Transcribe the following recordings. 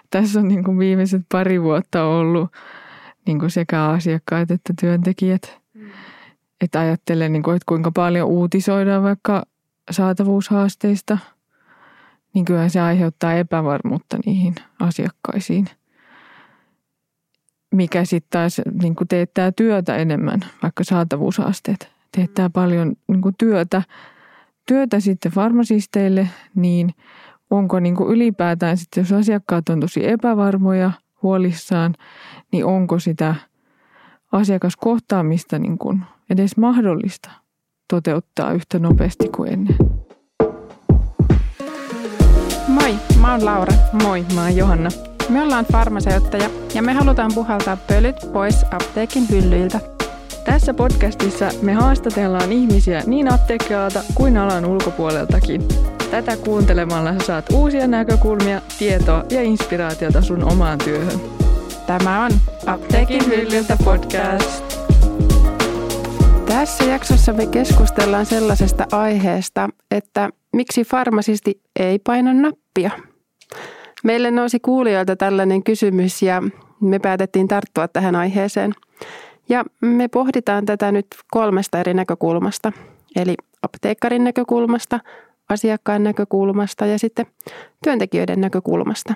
tässä on niin kuin viimeiset 2 vuotta ollut niin kuin sekä asiakkaat että työntekijät. Että ajattelen, niin kuin, että kuinka paljon uutisoidaan vaikka saatavuushaasteista, niin kyllähän se aiheuttaa epävarmuutta niihin asiakkaisiin. Mikä sitten taas niin kuin teettää työtä enemmän, vaikka saatavuushaasteet. Teettää paljon niin kuin työtä sitten farmasisteille, niin onko niin kuin ylipäätään sitten, jos asiakkaat on tosi epävarmoja, huolissaan, niin onko sitä asiakaskohtaamista niin kuin edes mahdollista toteuttaa yhtä nopeasti kuin ennen. Moi, mä oon Laura. Moi, mä oon Johanna. Me ollaan farmaseuttajia ja me halutaan puhaltaa pölyt pois apteekin hyllyiltä. Tässä podcastissa me haastatellaan ihmisiä niin apteekkialalta kuin alan ulkopuoleltakin. Tätä kuuntelemalla sä saat uusia näkökulmia, tietoa ja inspiraatiota sun omaan työhön. Tämä on Apteekin hyllyltä podcast. Tässä jaksossa me keskustellaan sellaisesta aiheesta, että miksi farmasisti ei paina nappia. Meille nousi kuulijoilta tällainen kysymys ja me päätettiin tarttua tähän aiheeseen. Ja me pohditaan tätä nyt 3 eri näkökulmasta, eli apteekkarin näkökulmasta, asiakkaan näkökulmasta ja sitten työntekijöiden näkökulmasta.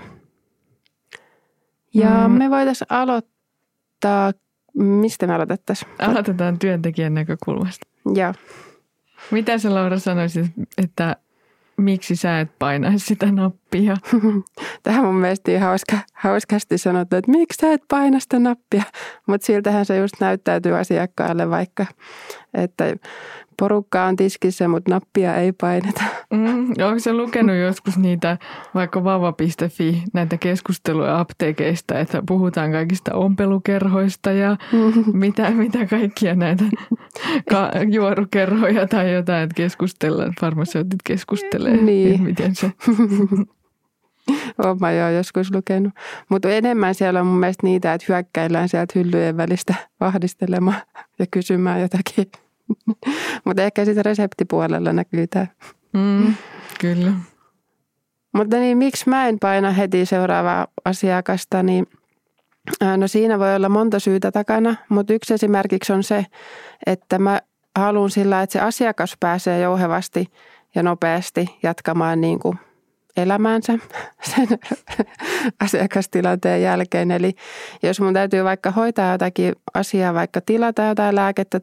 Ja me voitaisiin aloittaa, mistä me aloitettaisiin? Aloitetaan työntekijän näkökulmasta. Joo. Mitä sä, Laura, sanoisit, että miksi sä et painaisi sitä nappia? Tähän mun mielestä hauskasti sanottu, että miksi sä et paina sitä nappia, mutta siltähän se just näyttäytyy asiakkaalle vaikka, että porukka on tiskissä, mutta nappia ei paineta. Onko sä lukenut joskus niitä vaikka vauva.fi, näitä keskusteluja apteekeista, että puhutaan kaikista ompelukerhoista ja mitä kaikkia näitä juorukerhoja tai jotain, että keskustellaan, farmaseutit keskustelee, niin. Miten se... Olen mä jo joskus lukenut. Mutta enemmän siellä on mun mielestä niitä, että hyökkäillään sieltä hyllyjen välistä vahdistelemaan ja kysymään jotakin. Mutta ehkä sitten reseptipuolella näkyy tämä. Kyllä. Mutta niin, miksi mä en paina heti seuraavaa asiakasta, niin no siinä voi olla monta syytä takana. Mutta yksi esimerkiksi on se, että mä haluan sillä, että se asiakas pääsee jouhevasti ja nopeasti jatkamaan niin kuin elämäänsä sen asiakastilanteen jälkeen. Eli jos mun täytyy vaikka hoitaa jotakin asiaa, vaikka tilata jotain lääkettä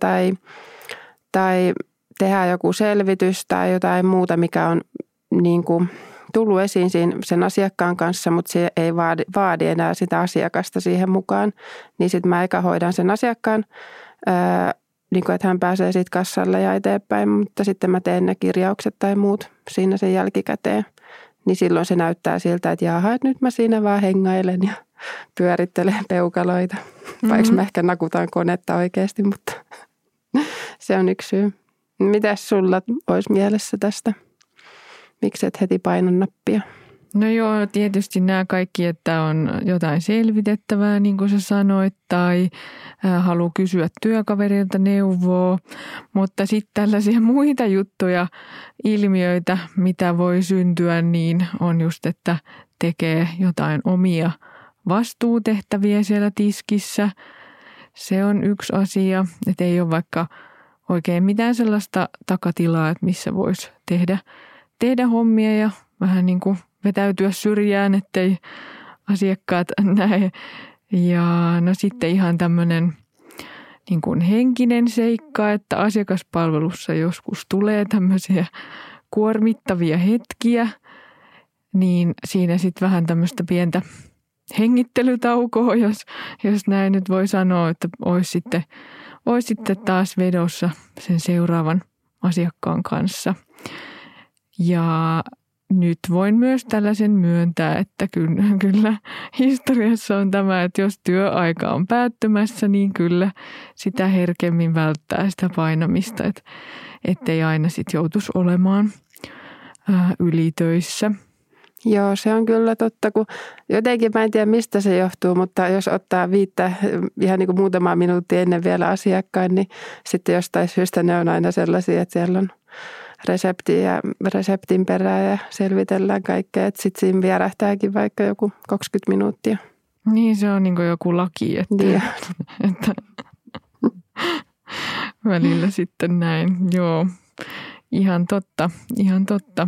tai tehdä joku selvitys tai jotain muuta, mikä on niin kuin tullut esiin sen asiakkaan kanssa, mutta se ei vaadi enää sitä asiakasta siihen mukaan, niin sitten mä eka hoidan sen asiakkaan, niin kuin, että hän pääsee siitä kassalle ja eteenpäin, mutta sitten mä teen ne kirjaukset tai muut siinä sen jälkikäteen. Niin silloin se näyttää siltä, että jaha, että nyt mä siinä vaan hengailen ja pyörittelen peukaloita. Vaikka mä ehkä nakutan konetta oikeasti, mutta se on yksi syy. Mitäs sulla olisi mielessä tästä? Miksi et heti paina nappia? No joo, tietysti nämä kaikki, että on jotain selvitettävää, niin kuin sä sanoit, tai haluaa kysyä työkaverilta neuvoa, mutta sitten tällaisia muita juttuja, ilmiöitä, mitä voi syntyä, niin on just, että tekee jotain omia vastuutehtäviä siellä tiskissä. Se on yksi asia, että ei ole vaikka oikein mitään sellaista takatilaa, että missä voisi tehdä hommia ja vähän niin kuin vetäytyä syrjään, ettei asiakkaat näe. Ja no sitten ihan tämmöinen niin kuin henkinen seikka, että asiakaspalvelussa joskus tulee tämmöisiä kuormittavia hetkiä, niin siinä sitten vähän tämmöistä pientä hengittelytaukoa, jos näin nyt voi sanoa, että olisi sitten taas vedossa sen seuraavan asiakkaan kanssa. Ja nyt voin myös tällaisen myöntää, että kyllä historiassa on tämä, että jos työaika on päättymässä, niin kyllä sitä herkemmin välttää sitä painamista, ettei aina sitten joutuisi olemaan ylitöissä. Joo, se on kyllä totta, kun jotenkin mä en tiedä mistä se johtuu, mutta jos ottaa ihan niin kuin muutama minuutti ennen vielä asiakkaan, niin sitten jostain syystä ne on aina sellaisia, että siellä on reseptin perään ja selvitellään kaikkea. Että sitten siinä vierähtääkin vaikka joku 20 minuuttia. Niin, se on niin kuin joku laki, että, että välillä sitten näin. Joo, ihan totta, ihan totta.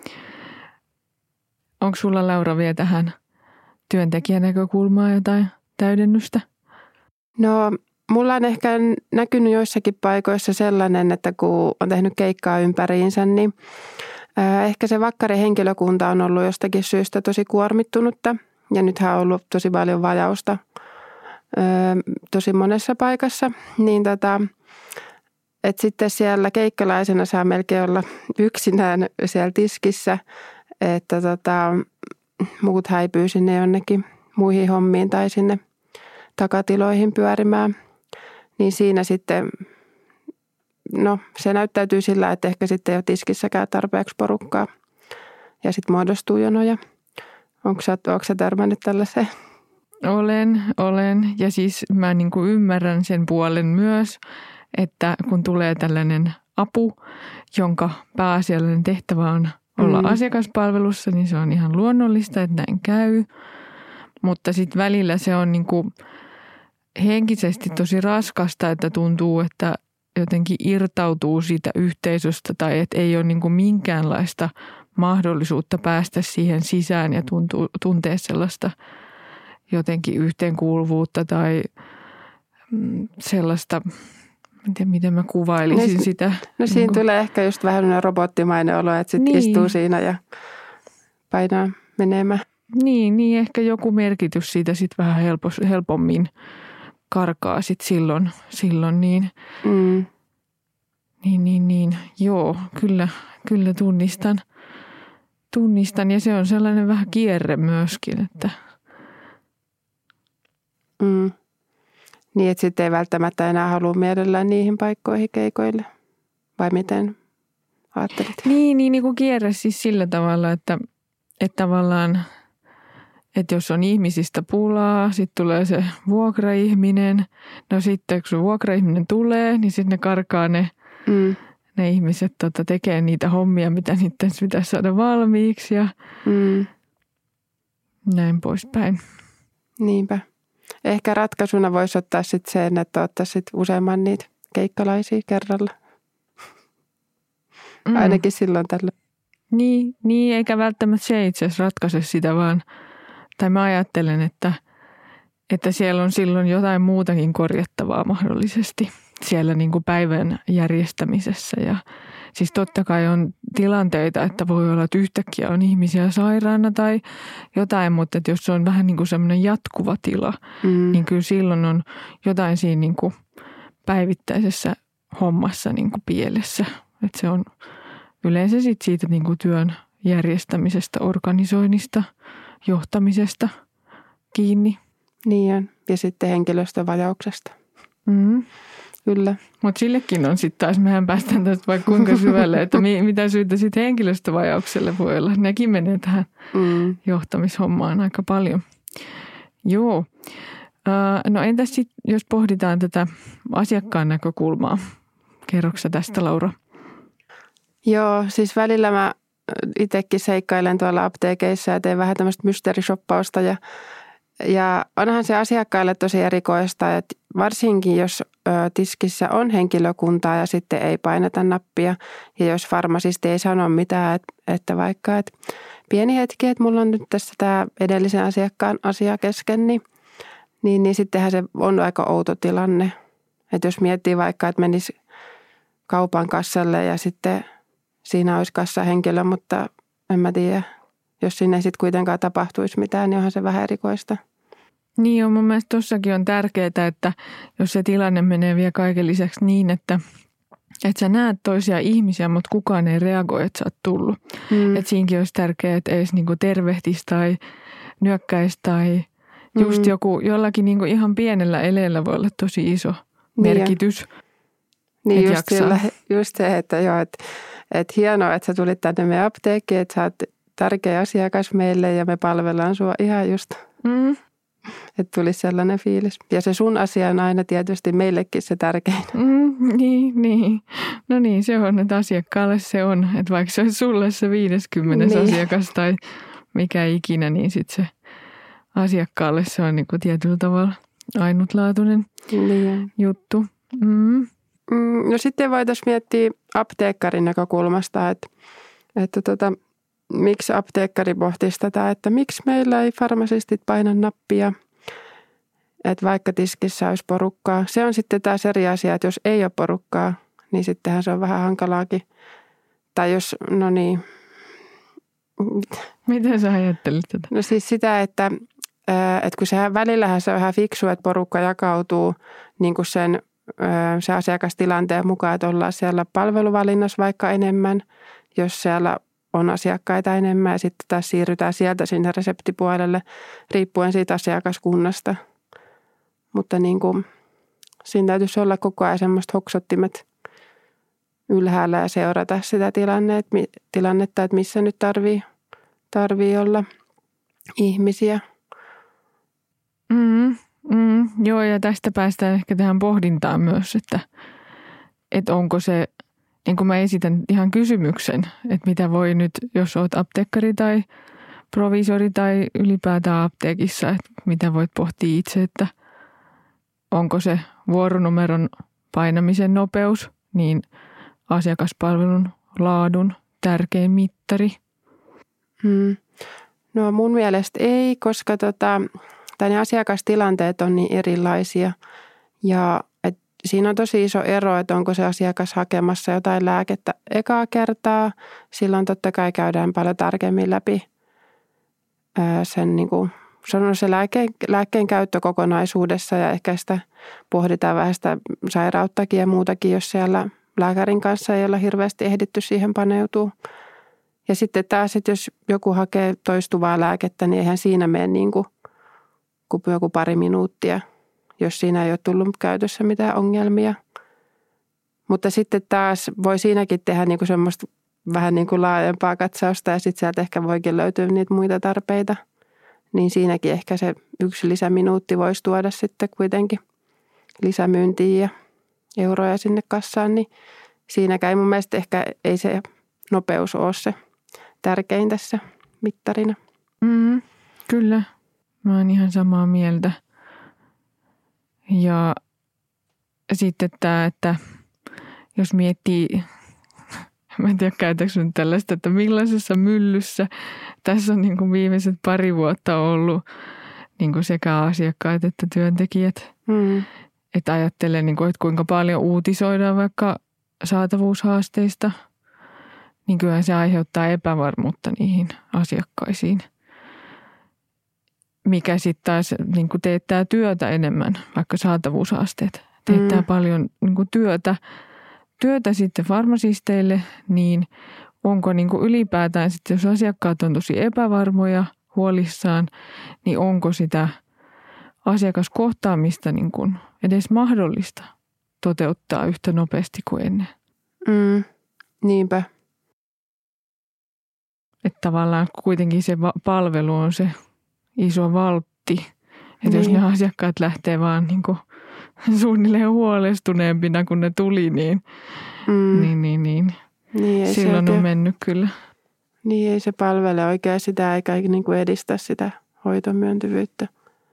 Onko sulla, Laura, vielä tähän työntekijän näkökulmaa jotain täydennystä? No, mulla on ehkä näkynyt joissakin paikoissa sellainen, että kun on tehnyt keikkaa ympäriinsä, niin ehkä se vakkarihenkilökunta on ollut jostakin syystä tosi kuormittunutta. Ja nythän on ollut tosi paljon vajausta tosi monessa paikassa. Niin että sitten siellä keikkalaisena saa melkein olla yksinään siellä tiskissä, että muut häipyy sinne jonnekin muihin hommiin tai sinne takatiloihin pyörimään. Niin siinä sitten, no se näyttäytyy sillä, että ehkä sitten ei ole tiskissäkään tarpeeksi porukkaa ja sitten muodostuu jonoja. Onko sä törmännyt tällaiseen? Olen. Ja siis mä niin kuin ymmärrän sen puolen myös, että kun tulee tällainen apu, jonka pääasiallinen tehtävä on olla asiakaspalvelussa, niin se on ihan luonnollista, että näin käy. Mutta sitten välillä se on niin kuin henkisesti tosi raskasta, että tuntuu, että jotenkin irtautuu siitä yhteisöstä tai että ei ole niin kuin minkäänlaista mahdollisuutta päästä siihen sisään ja tuntea sellaista jotenkin yhteenkuuluvuutta tai sellaista, en tiedä miten mä kuvailisin sitä. No siinä tulee ehkä just vähän robottimainen olo, että sitten istuu siinä ja painaa menemään. Niin ehkä joku merkitys siitä sitten vähän helpommin karkaa sitten silloin niin. Niin. Joo, kyllä tunnistan ja se on sellainen vähän kierre myöskin, että Niin, että sitten ei välttämättä enää halua mielellään niihin paikkoihin keikoille, vai miten ajattelit? Niin kuin kierre siis sillä tavalla, että tavallaan, että jos on ihmisistä pulaa, sitten tulee se vuokraihminen. No sitten kun se vuokraihminen tulee, niin sitten ne karkaa ne ihmiset tekee niitä hommia, mitä niiden pitäisi saada valmiiksi ja näin poispäin. Niinpä. Ehkä ratkaisuna voisi ottaa sitten sen, että ottaisi sitten useamman niitä keikkalaisia kerralla. Ainakin silloin tällä. Niin, eikä välttämättä se itse asiassa ratkaise sitä, vaan tai mä ajattelen, että siellä on silloin jotain muutakin korjattavaa mahdollisesti siellä niin kuin päivän järjestämisessä. Ja siis totta kai on tilanteita, että voi olla, että yhtäkkiä on ihmisiä sairaana tai jotain, mutta että jos se on vähän niin kuin semmoinen jatkuva tila, niin kyllä silloin on jotain siinä niin kuin päivittäisessä hommassa niin kuin pielessä. Että se on yleensä sitten siitä niin kuin työn järjestämisestä, organisoinnista, johtamisesta kiinni. Niin on. Ja sitten henkilöstövajauksesta. Kyllä. Mutta sillekin on sitten taas, mehän päästään tästä vaikka kuinka syvälle, että mitä syytä sitten henkilöstövajaukselle voi olla. Nekin menee tähän johtamishommaan aika paljon. Joo. No entäs sitten, jos pohditaan tätä asiakkaan näkökulmaa? Kerroksä tästä, Laura? Joo, siis välillä mä itsekin seikkailen tuolla apteekeissa ja teen vähän tämmöistä mysteerishoppausta ja onhan se asiakkaille tosi erikoista, että varsinkin jos tiskissä on henkilökuntaa ja sitten ei paineta nappia ja jos farmasisti ei sano mitään, että vaikka että pieni hetki, että mulla on nyt tässä tämä edellisen asiakkaan asia kesken, niin sittenhän se on aika outo tilanne. Että jos miettii vaikka, että menisi kaupan kassalle ja sitten siinä olisi kassahenkilö, mutta en mä tiedä, jos sinne sitten kuitenkaan tapahtuisi mitään, niin onhan se vähän erikoista. Niin on, mun mielestä tossakin on tärkeää, että jos se tilanne menee vielä kaiken lisäksi niin, että sä näet toisia ihmisiä, mutta kukaan ei reagoi, että sä oot tullut. Että siinäkin olisi tärkeää, että edes niinku tervehtisi tai nyökkäisi tai just jollakin niinku ihan pienellä eleellä voi olla tosi iso merkitys. Niin just se, että joo, että hienoa, että sä tulit tänne meidän apteekkiin, että sä oot tärkeä asiakas meille ja me palvellaan sua ihan just että tulisi sellainen fiilis. Ja se sun asia on aina tietysti meillekin se tärkein. Niin. No niin, se on, että asiakkaalle se on. Että vaikka se olisi sulle se 50. asiakas tai mikä ikinä, niin sitten se asiakkaalle se on niin kuin tietyllä tavalla ainutlaatuinen juttu. No sitten voitaisiin miettiä apteekkarin näkökulmasta, että miksi apteekkari pohtisi tätä, että miksi meillä ei farmasistit paina nappia, että vaikka tiskissä olisi porukkaa. Se on sitten taas eri asia, että jos ei ole porukkaa, niin sittenhän se on vähän hankalaakin. Tai jos, no niin. Miten sä ajattelit tätä? No siis sitä, että kun välillähän se on vähän fiksu, että porukka jakautuu niin kuin se asiakastilanteen mukaan, että ollaan siellä palveluvalinnassa vaikka enemmän, jos siellä on asiakkaita enemmän ja sitten taas siirrytään sieltä sinne reseptipuolelle riippuen siitä asiakaskunnasta. Mutta niin kuin, siinä täytyisi olla koko ajan semmoista hoksottimet ylhäällä ja seurata sitä tilannetta, että missä nyt tarvii olla ihmisiä. Joo, ja tästä päästään ehkä tähän pohdintaan myös, että onko se, niin kuin mä esitän ihan kysymyksen, että mitä voi nyt, jos oot apteekkari tai proviisori tai ylipäätään apteekissa, että mitä voit pohtia itse, että onko se vuoronumeron painamisen nopeus, niin asiakaspalvelun laadun tärkein mittari? No mun mielestä ei, koska ne asiakastilanteet on niin erilaisia ja siinä on tosi iso ero, että onko se asiakas hakemassa jotain lääkettä ekaa kertaa. Silloin totta kai käydään paljon tarkemmin läpi sen niin kuin se lääkkeen käyttö kokonaisuudessa ja ehkä sitä pohditaan vähän sitä sairauttakin ja muutakin, jos siellä lääkärin kanssa ei olla hirveästi ehditty siihen paneutua. Ja sitten taas, että jos joku hakee toistuvaa lääkettä, niin eihän siinä mene niin kuin joku pari minuuttia, jos siinä ei ole tullut käytössä mitään ongelmia. Mutta sitten taas voi siinäkin tehdä niin kuin semmoista vähän niin kuin laajempaa katsausta ja sitten sieltä ehkä voikin löytyä niitä muita tarpeita. Niin siinäkin ehkä se yksi lisäminuutti voisi tuoda sitten kuitenkin lisämyyntiä ja euroja sinne kassaan. Niin siinäkään ei mun mielestä ehkä ei se nopeus ole se tärkein tässä mittarina. Kyllä, mä oon ihan samaa mieltä. Ja sitten tämä, että jos miettii, mä en tiedä käytätkö nyt tällaista, että millaisessa myllyssä tässä on niin kuin viimeiset pari vuotta ollut niin kuin sekä asiakkaat että työntekijät. Että ajattelee, niin kuin, että kuinka paljon uutisoidaan vaikka saatavuushaasteista, niin kyllähän se aiheuttaa epävarmuutta niihin asiakkaisiin. Mikä sitten taas niin kuin teettää työtä enemmän, vaikka saatavuushaasteet. Teettää paljon niin kuin työtä sitten farmasisteille, niin onko niin kuin ylipäätään sitten, jos asiakkaat on tosi epävarmoja, huolissaan, niin onko sitä asiakaskohtaamista niin kuin edes mahdollista toteuttaa yhtä nopeasti kuin ennen? Niinpä. Että tavallaan kuitenkin se palvelu on se iso valtti. Että jos ne asiakkaat lähtee vaan niin kuin suunnilleen huolestuneempina, kun ne tuli, niin silloin on mennyt kyllä. Niin ei se palvele oikein sitä eikä niin kuin edistä sitä hoitomyöntyvyyttä.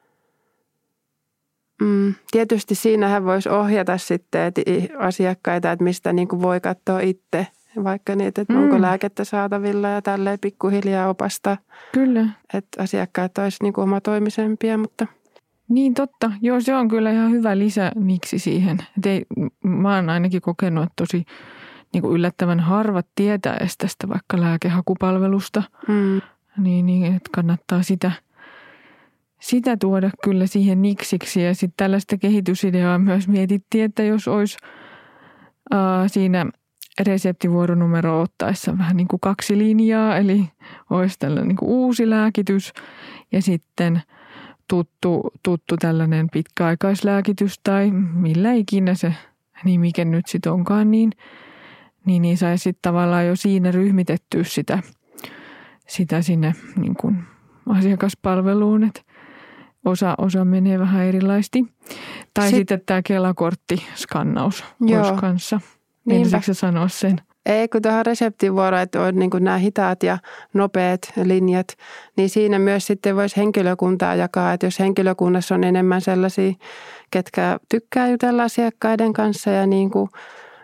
Tietysti siinähän voisi ohjata sitten asiakkaita, että mistä niin kuin voi katsoa itse. Vaikka niitä, että onko lääkettä saatavilla ja tälleen pikkuhiljaa opastaa. Kyllä. Että asiakkaat olisi niin kuin omatoimisempia, mutta... Niin totta. Joo, se on kyllä ihan hyvä lisäniksi siihen. Mä oon ainakin kokenut, että tosi niin kuin yllättävän harvat tietää edes tästä vaikka lääkehakupalvelusta. Niin, että kannattaa sitä tuoda kyllä siihen niksiksi. Ja sitten tällaista kehitysideaa myös mietittiin, että jos olisi siinä reseptivuoronumero ottaessa vähän niin kuin 2 linjaa, eli olisi tällainen niin kuin uusi lääkitys ja sitten tuttu tällainen pitkäaikaislääkitys tai millä ikinä se nimike nyt sitten onkaan, niin saisi sitten tavallaan jo siinä ryhmitettyä sitä sinne niin kuin asiakaspalveluun, osa menee vähän erilaisesti. Tai sitten tämä Kela-korttiskannaus olisi kanssa. Ensikö sä sanoa sen? Ei, kun tuohon reseptivuoroon, että on niin kuin nämä hitaat ja nopeat linjat, niin siinä myös sitten voisi henkilökuntaa jakaa. Että jos henkilökunnassa on enemmän sellaisia, ketkä tykkää jutella asiakkaiden kanssa ja niin kuin,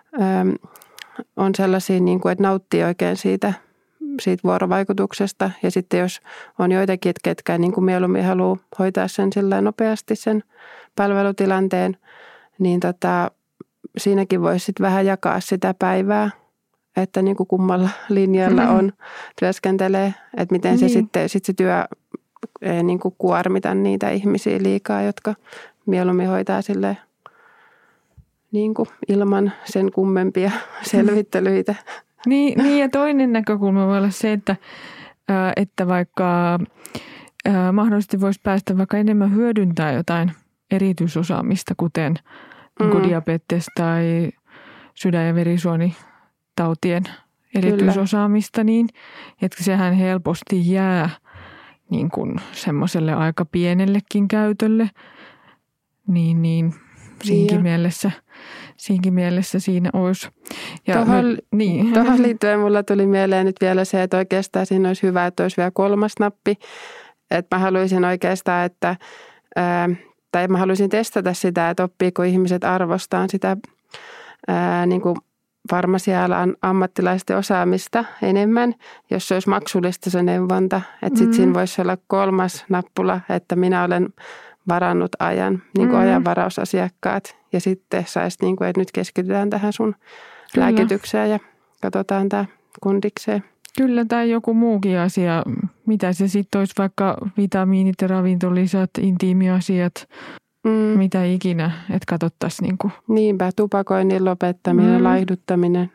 on sellaisia, niin kuin, että nauttii oikein siitä vuorovaikutuksesta. Ja sitten jos on joitakin, ketkä niin kuin mieluummin haluaa hoitaa sen sillä nopeasti sen palvelutilanteen, niin siinäkin voisi sitten vähän jakaa sitä päivää, että niin kuin kummalla linjalla työskentelee, että miten se sitten se työ ei niin kuin kuormita niitä ihmisiä liikaa, jotka mieluummin hoitaa silleen niin kuin ilman sen kummempia selvittelyitä. Niin ja toinen näkökulma voi olla se, että vaikka mahdollisesti voisi päästä vaikka enemmän hyödyntää jotain erityisosaamista, kuten niin kuin diabetes tai sydän- ja verisuonitautien erityisosaamista, niin että sehän helposti jää niin kuin semmoiselle aika pienellekin käytölle, niin siinkin mielessä siinä olisi. Tuohon liittyen mulla tuli mieleen nyt vielä se, että oikeastaan siinä olisi hyvä, että olisi vielä 3. nappi. Että mä haluaisin oikeastaan, tai mä haluaisin testata sitä, että oppiiko ihmiset arvostaan sitä niin kuin farmasia-alan ammattilaisten osaamista enemmän, jos se olisi maksullista se neuvonta. Että sitten siinä voisi olla 3. nappula, että minä olen varannut ajan, niin kuin ajanvarausasiakkaat. Ja sitten saisi, niin kuin, että nyt keskitytään tähän sun lääkitykseen ja katsotaan tämä kundikseen. Kyllä, tai joku muukin asia. Mitä se sitten olisi, vaikka vitamiinit ja ravintolisät, intiimiasiat, mitä ikinä, että katsottaisiin. Niin kuin. Niinpä, tupakoinnin lopettaminen, laihduttaminen.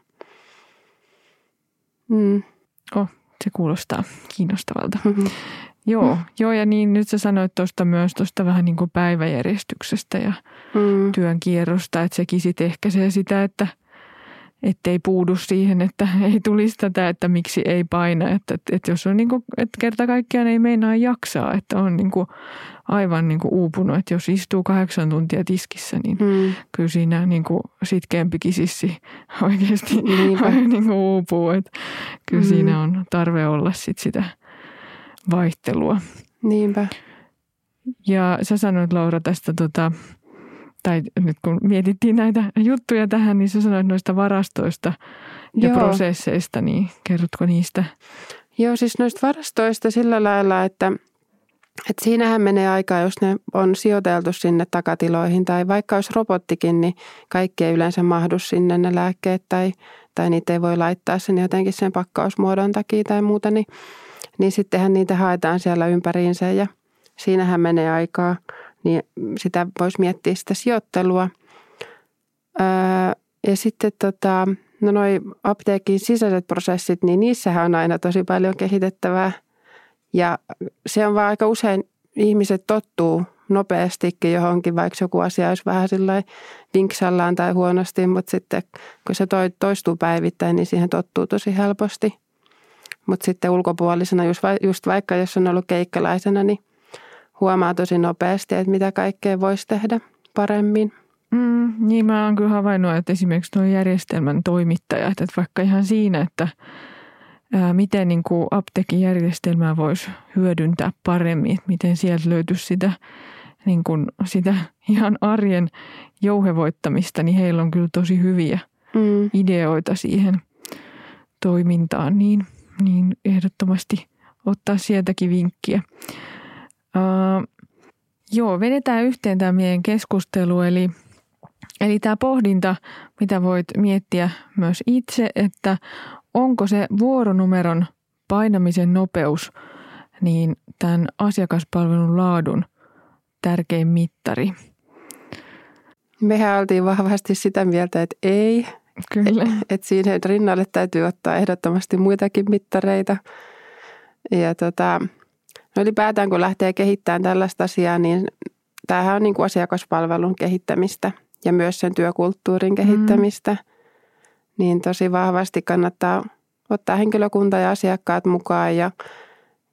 Se kuulostaa kiinnostavalta. Joo, ja niin nyt sä sanoit myös tuosta vähän niin kuin päiväjärjestyksestä ja työn kierrosta, että sekin sitten ehkäisee sitä, että ei puudu siihen, että ei tulisi tätä, että miksi ei paina. Että jos on niin kuin, että kerta kaikkiaan ei meinaa jaksaa, että on niin kuin aivan niin kuin uupunut. Että jos istuu 8 tuntia tiskissä, niin kyllä siinä niin kuin sitkeämpikin sissi oikeasti niin kuin uupuu. Että kyllä siinä on tarve olla sitä vaihtelua. Niinpä. Ja sä sanoit, Laura, tästä tai nyt kun mietittiin näitä juttuja tähän, niin sä sanoit noista varastoista ja prosesseista, niin kerrotko niistä? Joo, siis noista varastoista sillä lailla, että siinähän menee aikaa, jos ne on sijoiteltu sinne takatiloihin tai vaikka olisi robottikin, niin kaikki ei yleensä mahdu sinne ne lääkkeet tai niitä ei voi laittaa sen jotenkin sen pakkausmuodon takia tai muuta, niin sittenhän niitä haetaan siellä ympäriinsä ja siinähän menee aikaa. Niin sitä voisi miettiä sitä sijoittelua. Ja sitten noi apteekin sisäiset prosessit, niin niissähän on aina tosi paljon kehitettävää. Ja se on vaan aika usein ihmiset tottuu nopeastikin johonkin, vaikka joku asia olisi vähän sillai vinksallaan tai huonosti, mutta sitten kun se toistuu päivittäin, niin siihen tottuu tosi helposti. Mutta sitten ulkopuolisena, just vaikka jos on ollut keikkalaisena, niin huomaa tosi nopeasti, että mitä kaikkea voisi tehdä paremmin. Niin mä oon kyllä havainnut, että esimerkiksi nuo järjestelmän toimittajat, että vaikka ihan siinä, että miten niin kuin apteekin järjestelmää voisi hyödyntää paremmin, että miten sieltä löytyisi sitä ihan arjen jouhevoittamista, niin heillä on kyllä tosi hyviä ideoita siihen toimintaan, niin ehdottomasti ottaa sieltäkin vinkkiä. Vedetään yhteen tämä meidän keskustelu, eli tämä pohdinta, mitä voit miettiä myös itse, että onko se vuoronumeron painamisen nopeus niin tämän asiakaspalvelun laadun tärkein mittari? Mehän oltiin vahvasti sitä mieltä, että ei. Kyllä. Että siinä rinnalle täytyy ottaa ehdottomasti muitakin mittareita. Ja ylipäätään kun lähtee kehittämään tällaista asiaa, niin tämähän on niin kuin asiakaspalvelun kehittämistä ja myös sen työkulttuurin kehittämistä. Niin tosi vahvasti kannattaa ottaa henkilökunta ja asiakkaat mukaan ja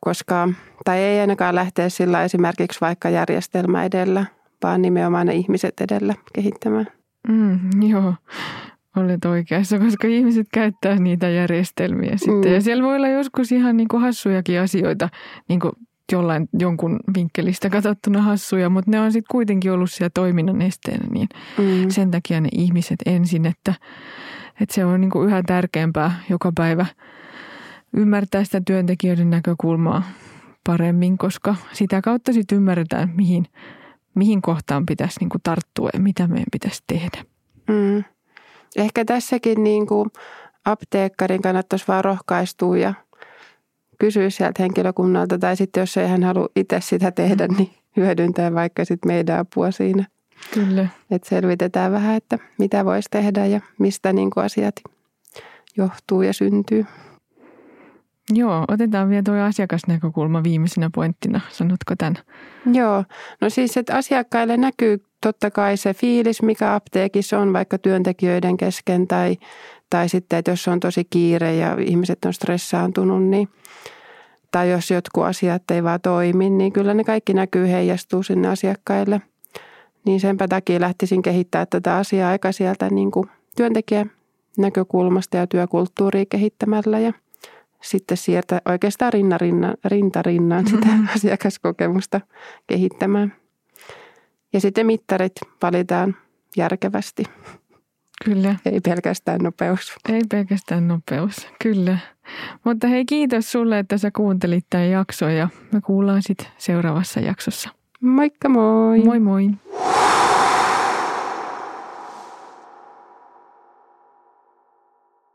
tai ei ainakaan lähteä sillä esimerkiksi vaikka järjestelmä edellä, vaan nimenomaan ne ihmiset edellä kehittämään. Joo, olet oikeassa, koska ihmiset käyttää niitä järjestelmiä sitten. Ja siellä voi olla joskus ihan niin kuin hassujakin asioita, niin kuin jonkun vinkkelistä katsottuna hassuja, mutta ne on sitten kuitenkin ollut siellä toiminnan esteenä, niin sen takia ne ihmiset ensin, että se on niin kuin yhä tärkeämpää joka päivä ymmärtää sitä työntekijöiden näkökulmaa paremmin, koska sitä kautta sitten ymmärretään, mihin kohtaan pitäisi niin kuin tarttua ja mitä meidän pitäisi tehdä. Ehkä tässäkin niin kuin apteekkarin kannattaisi vaan rohkaistua ja kysyä sieltä henkilökunnalta, tai sitten jos ei hän halua itse sitä tehdä, niin hyödyntää vaikka sitten meidän apua siinä. Kyllä. Että selvitetään vähän, että mitä voisi tehdä ja mistä niin kuin asiat johtuu ja syntyy. Joo, otetaan vielä tuo asiakasnäkökulma viimeisenä pointtina. Sanotko tämän? Joo, no siis, että asiakkaille näkyy totta kai se fiilis, mikä apteekissa on vaikka työntekijöiden kesken tai sitten, että jos on tosi kiire ja ihmiset on stressaantunut, niin, tai jos jotkut asiat ei vaan toimi, niin kyllä ne kaikki näkyy, heijastuu sinne asiakkaille. Niin senpä takia lähtisin kehittämään tätä asiaa aika sieltä niin kuin työntekijän näkökulmasta ja työkulttuuria kehittämällä ja sitten sieltä oikeastaan rinta rinnaan sitä asiakaskokemusta kehittämään. Ja sitten mittarit valitaan järkevästi. Kyllä. Ei pelkästään nopeus. Ei pelkästään nopeus, kyllä. Mutta hei, kiitos sulle, että sä kuuntelit tämän jakson ja me kuullaan sitten seuraavassa jaksossa. Moikka moi! Moi moi!